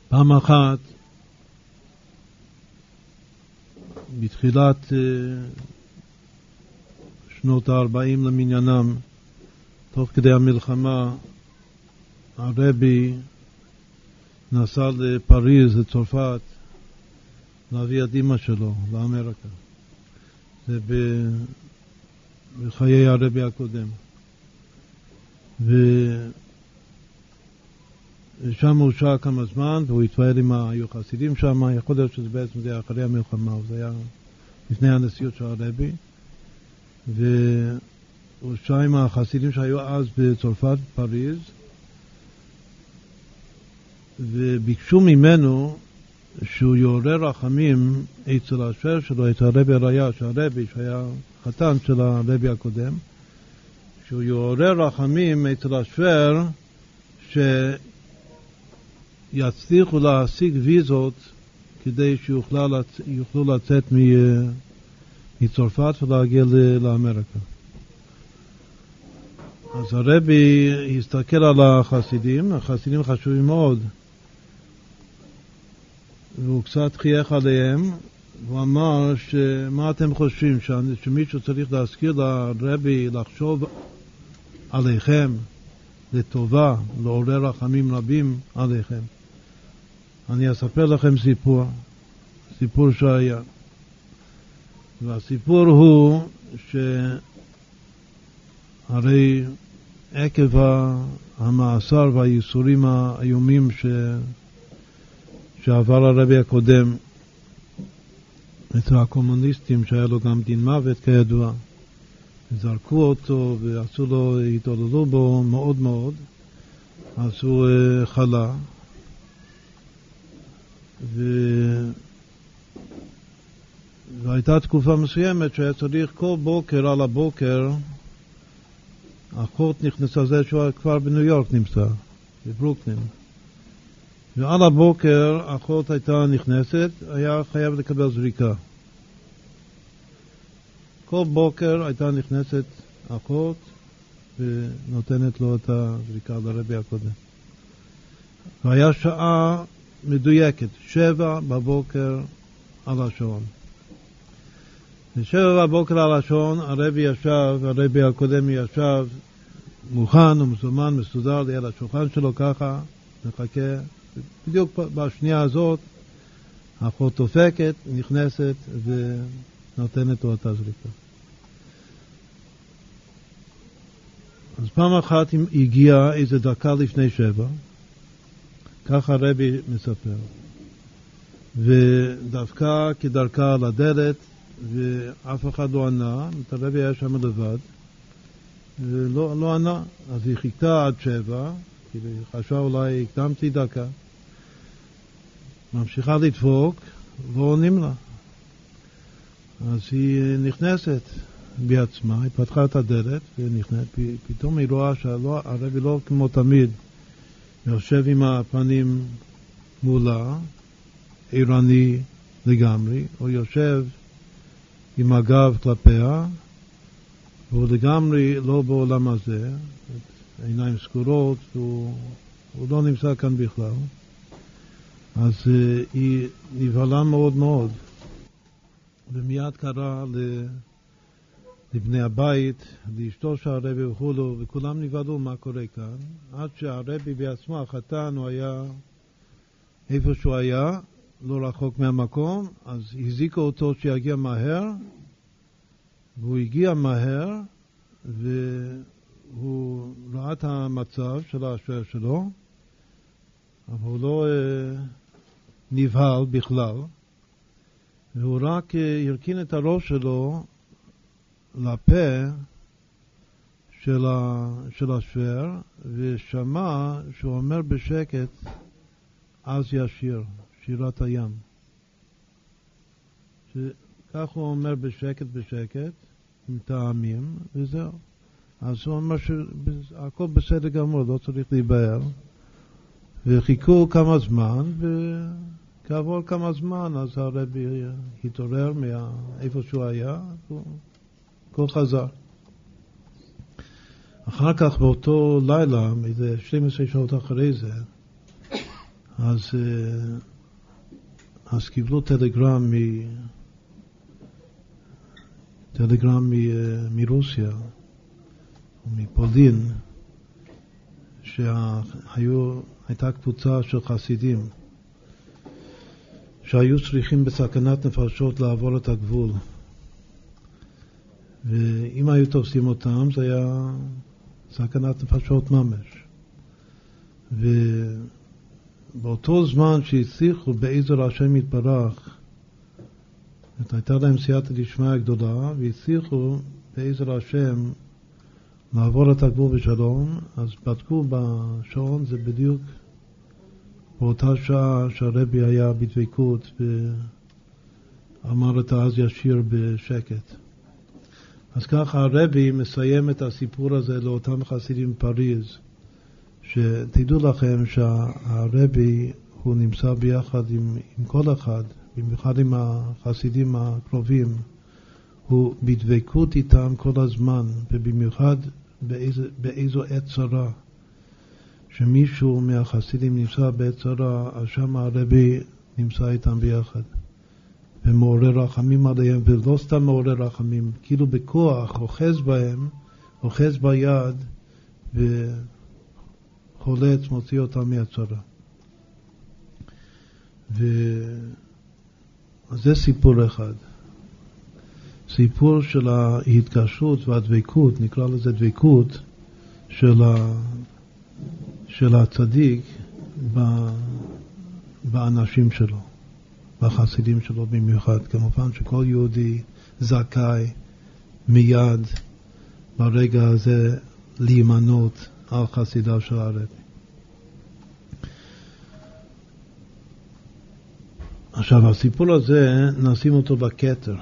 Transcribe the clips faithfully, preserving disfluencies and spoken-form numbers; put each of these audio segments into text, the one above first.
פעם אחת, בתחילת שנות ה-ארבעים למניינם, תוך כדי המלחמה, הרבי נסע לפריז, לצרפת, להביא את אמא שלו, לאמריקה. זה בחיי הרבי הקודם. ושם הוא שעה כמה זמן, והוא התפעל עם היו חסידים שם, יכול להיות שזה בעצם זה אחרי המלחמה, זה היה לפני הנשיאות של הרבי. והוא שעה עם החסידים שהיו אז בצרפת, פריז, וביקשו ממנו שהוא יעורר רחמים אצל השואר שלו, אצל הרבי הראיה, שהרבי, שהיה חתן של הרבי הקודם, שהוא יעורר רחמים אצל השואר שיצליחו להשיג ויזות כדי שיוכלו לצאת מצרפת ולהגיע לאמריקה. אז הרבי הסתכל על החסידים, החסידים חשובים מאוד, והוא קצת חייך עליהם, הוא אמר שמה אתם חושבים, שמישהו צריך להזכיר לרבי לחשוב עליכם לטובה, לעורר רחמים רבים עליכם. אני אספר לכם סיפור, סיפור שהיה. והסיפור הוא שהרי עקב המאסר והייסורים האיומים ש... שעבר הרבי הקודם אצל הקומוניסטים, שהיה לו גם דין מוות כידוע, זרקו אותו ועשו לו, התעוללו בו מאוד מאוד, אז הוא uh, חלה, ו... והייתה תקופה מסוימת שהיה צריך כל בוקר על הבוקר, אחות נכנסה, זה שהוא כבר בניו יורק נמצא, בברוקלין, ועל הבוקר אחות הייתה נכנסת, היה חייב לקבל זריקה. כל בוקר הייתה נכנסת אחות ונותנת לו את הזריקה לרבי הקודם. והיה שעה מדויקת, שבע בבוקר על השעון. בשבע בבוקר על השעון הרבי ישב, הרבי הקודם ישב מוכן ומזומן, מסודר ליד השולחן שלו ככה, מחכה. בדיוק בשנייה הזאת האחות דופקת, נכנסת ונותנת לו את הזריקה. אז פעם אחת הגיעה איזה דקה לפני שבע, ככה הרבי מספר, ודווקא כדרכה על הדלת ואף אחד לא ענה, הרבי היה שם לבד ולא לא ענה, אז היא חיכתה עד שבע, כי היא חשבה אולי הקדמתי דקה, ממשיכה לדפוק ועונים לה. אז היא נכנסת בעצמה, היא פתחה את הדלת ונכנסת, פתאום היא רואה שהרבי לא כמו תמיד יושב עם הפנים מולה, עירני לגמרי, הוא יושב עם הגב כלפיה, והוא לגמרי לא בעולם הזה, עיניים סגורות, הוא, הוא לא נמצא כאן בכלל. אז uh, היא נבהלה מאוד מאוד, ומיד קרא לבני הבית, לאשתו של הרבי וכולו, וכולם נבהלו מה קורה כאן, עד שהרבי בעצמו, החתן, הוא היה איפה שהוא היה, לא רחוק מהמקום, אז הזיקו אותו שיגיע מהר, והוא הגיע מהר, והוא ראה את המצב של השוער שלו, אבל הוא לא uh, נבהל בכלל, והוא רק uh, הרכין את הראש שלו לפה של, ה, של השוער, ושמע שהוא אומר בשקט, אז ישיר, שירת הים. כך הוא אומר בשקט בשקט, עם טעמים, וזהו. אז הוא אומר שהכל בסדר גמור, לא צריך להיבהל. וחיכו כמה זמן, וכעבור כמה זמן, אז הרבי התעורר מאיפה שהוא היה, והוא חזר. אחר כך באותו לילה, איזה שתים עשרה שעות אחרי זה, אז, אז קיבלו טלגרם, מ, טלגרם מ, מרוסיה, מפולין, שהייתה קבוצה של חסידים שהיו צריכים בסכנת נפשות לעבור את הגבול, ואם היו תופסים אותם זה היה סכנת נפשות ממש. ובאותו זמן שהצליחו בעזר השם יתברך, הייתה להם סייעתא דשמיא גדולה, והצליחו בעזר השם לעבור את הגבול בשלום, אז בדקו בשעון, זה בדיוק באותה שעה שהרבי היה בדבקות ואמר את אז ישיר בשקט. אז ככה הרבי מסיים את הסיפור הזה לאותם חסידים בפריז, שתדעו לכם שהרבי הוא נמצא ביחד עם, עם כל אחד, במיוחד עם החסידים הקרובים, הוא בדבקות איתם כל הזמן, ובמיוחד באיזו, באיזו עת צרה, שמישהו מהחסידים נמצא בעת צרה, אז שם הרבי נמצא איתם ביחד, ומעורר רחמים עליהם, ולא סתם מעורר רחמים, כאילו בכוח, אוחז בהם, אוחז ביד, וחולץ, מוציא אותם מהצרה. ו... אז זה סיפור אחד. סיפור של ההתקשרות והדבקות, נקרא לזה דבקות, של, ה... של הצדיק ב... באנשים שלו, בחסידים שלו במיוחד. כמובן שכל יהודי זכאי מיד ברגע הזה להימנות על חסידיו של הרבי. עכשיו, הסיפור הזה, נשים אותו בכתר.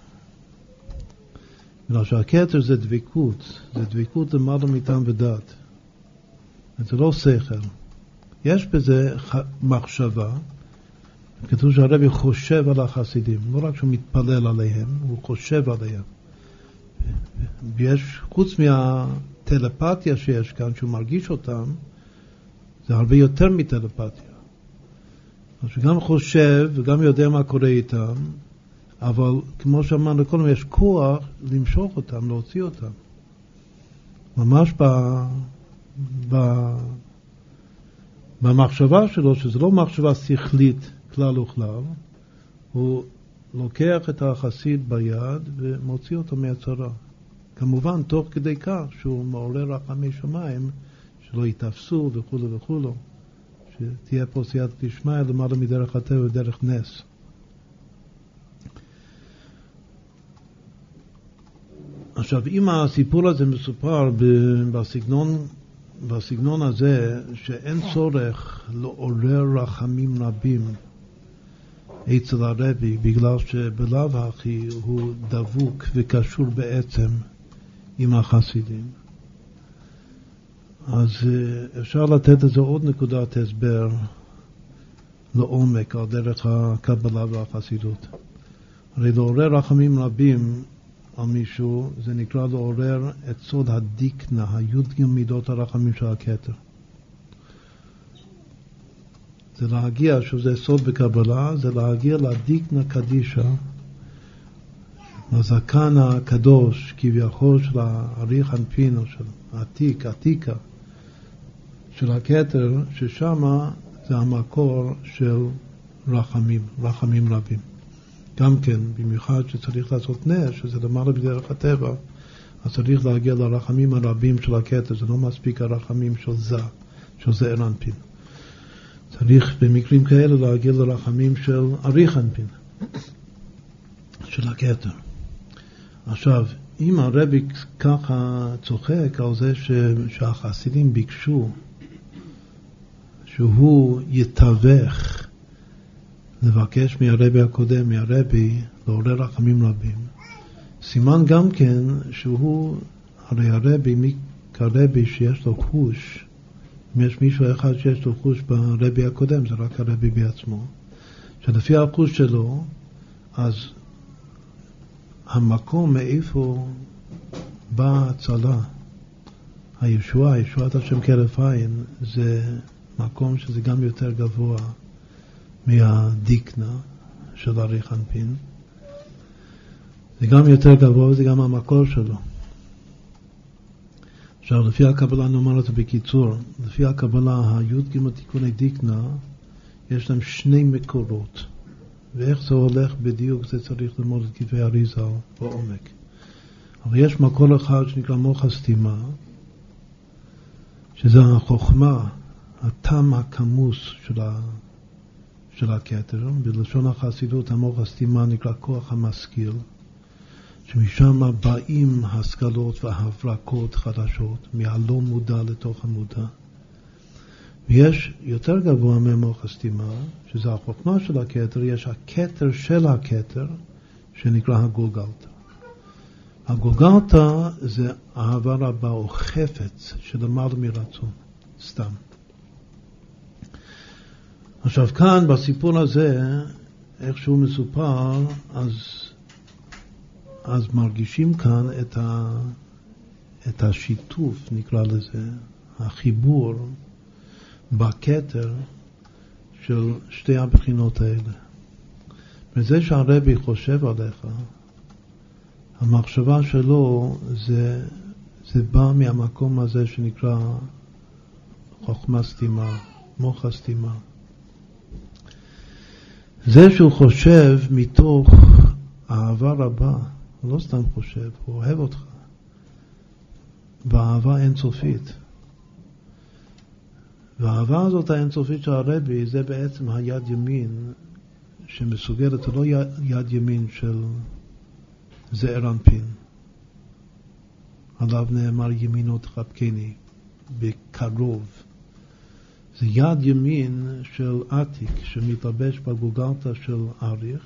בגלל שהכתר זה דבקות, זה דבקות למעלה מטעם ודעת. זה לא שכל. יש בזה מחשבה, כתוב שהרבי חושב על החסידים, לא רק שהוא מתפלל עליהם, הוא חושב עליהם. ויש, חוץ מהטלפתיה שיש כאן, שהוא מרגיש אותם, זה הרבה יותר מטלפתיה. אז הוא גם חושב וגם יודע מה קורה איתם, אבל כמו שאמרנו קודם, יש כוח למשוך אותם, להוציא אותם. ממש ב, ב, במחשבה שלו, שזה לא מחשבה שכלית כלל וכלל, הוא לוקח את החסיד ביד ומוציא אותו מהצרה. כמובן, תוך כדי כך שהוא מעורר רחמי שמיים, שלא יתפסו וכו' וכו'. שתהיה פה סייעתא דשמיא למעלה מדרך הטבע ודרך נס. עכשיו, אם הסיפור הזה מסופר בסגנון, בסגנון הזה, שאין צורך לעורר רחמים רבים אצל הרבי, בגלל שבלאו הכי הוא דבוק וקשור בעצם עם החסידים, אז אפשר לתת לזה עוד נקודת הסבר לעומק על דרך הקבלה והחסידות. הרי לעורר רחמים רבים על מישהו, זה נקרא לעורר את סוד הדיקנה, הי"ג מידות הרחמים של הכתר. זה להגיע, שזה סוד בקבלה, זה להגיע לדיקנה קדישה, לזקן הקדוש, כביכול של האריך אנפין, או של העתיק, עתיקה, של הכתר, ששמה זה המקור של רחמים, רחמים רבים. גם כן, במיוחד שצריך לעשות נס, שזה למעלה בדרך הטבע, אז צריך להגיע לרחמים הרבים של הכתר, זה לא מספיק הרחמים של זה, של זעיר אנפין. צריך במקרים כאלה להגיע לרחמים של אריך אנפין, של הכתר. עכשיו, אם הרבי ככה צוחק על זה ש... שהחסידים ביקשו שהוא יתווך לבקש מהרבי הקודם, מהרבי, לעורר רחמים רבים, סימן גם כן שהוא, הרי הרבי, מי כרבי שיש לו חוש, אם יש מישהו אחד שיש לו חוש ברבי הקודם, זה רק הרבי בעצמו, שלפי החוש שלו, אז המקום מאיפה באה הצלה, הישועה, ישועת השם כהרף עין, זה מקום שזה גם יותר גבוה מהדיקנה של אריך אנפין. זה גם יותר גבוה וזה גם המקור שלו. עכשיו, לפי הקבלה, נאמר את זה בקיצור, לפי הקבלה, היוד גימל תיקוני דיקנה, יש להם שני מקורות. ואיך זה הולך בדיוק, זה צריך ללמוד את כתבי אריזל בעומק. אבל יש מקור אחד שנקרא מוח הסתימה, שזה החוכמה, הטעם הכמוס של, ה, של הכתר. בלשון החסידות, המוח הסתימה נקרא כוח המשכיל, שמשם באים השכלות והברקות חדשות, מהלא מודע לתוך המודע. ויש יותר גבוה ממוח הסתימה, שזה החוכמה של הכתר, יש הכתר של הכתר, שנקרא הגולגלתא. הגולגלתא זה אהבה רבה או חפץ שלמעלה מרצון, סתם. עכשיו כאן בסיפור הזה, איך שהוא מסופר, אז, אז מרגישים כאן את, ה, את השיתוף, נקרא לזה, החיבור בכתר של שתי הבחינות האלה. וזה שהרבי חושב עליך, המחשבה שלו זה, זה בא מהמקום הזה שנקרא חוכמה סתימה, מוח הסתימה. זה שהוא חושב מתוך אהבה רבה, הוא לא סתם חושב, הוא אוהב אותך, באהבה אינסופית. והאהבה הזאת האינסופית של הרבי זה בעצם היד ימין שמסוגלת, זה לא יד, יד ימין של זעיר אנפין. עליו נאמר ימינו תחבקני, בקרוב. זה יד ימין של עתיק שמתלבש בגולגלתא של אריך.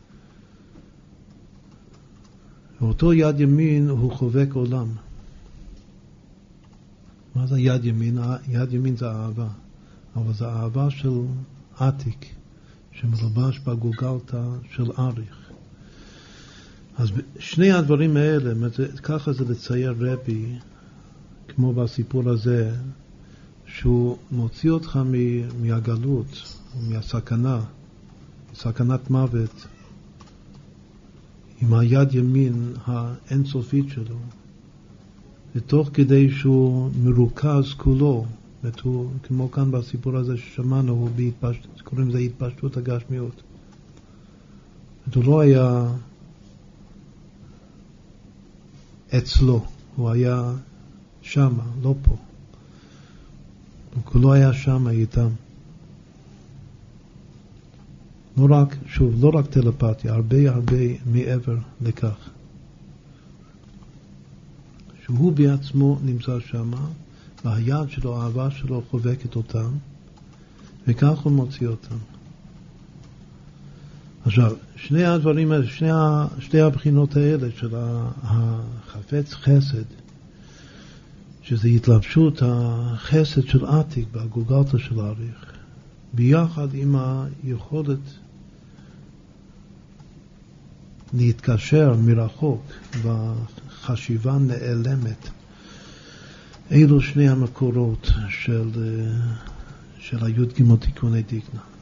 ואותו יד ימין הוא חובק עולם. מה זה יד ימין? יד ימין זה אהבה, אבל זה אהבה של עתיק שמלובש בגולגלתא של אריך. אז שני הדברים האלה, ככה זה לצייר רבי, כמו בסיפור הזה, שהוא מוציא אותך מהגלות, מהסכנה, סכנת מוות, עם היד ימין האינסופית שלו, ותוך כדי שהוא מרוכז כולו, ותוא, כמו כאן בסיפור הזה ששמענו, הוא בהתפשטות, קוראים לזה התפשטות הגשמיות. הוא לא היה אצלו, הוא היה שמה, לא פה. הוא כולו היה שמה איתם. לא רק, שוב, לא רק טלפתיה, הרבה הרבה מעבר לכך. שהוא בעצמו נמצא שמה, והיד שלו, האהבה שלו חובקת אותם, וכך הוא מוציא אותם. עכשיו, שני הדברים האלה, שני, שתי הבחינות האלה של החפץ חסד, שזה התלבשות החסד של עתיק בגולגלתא של אריך, ביחד עם היכולת להתקשר מרחוק בחשיבה נעלמת. אלו שני המקורות של, של היוד גימל תיקוני דיקנה.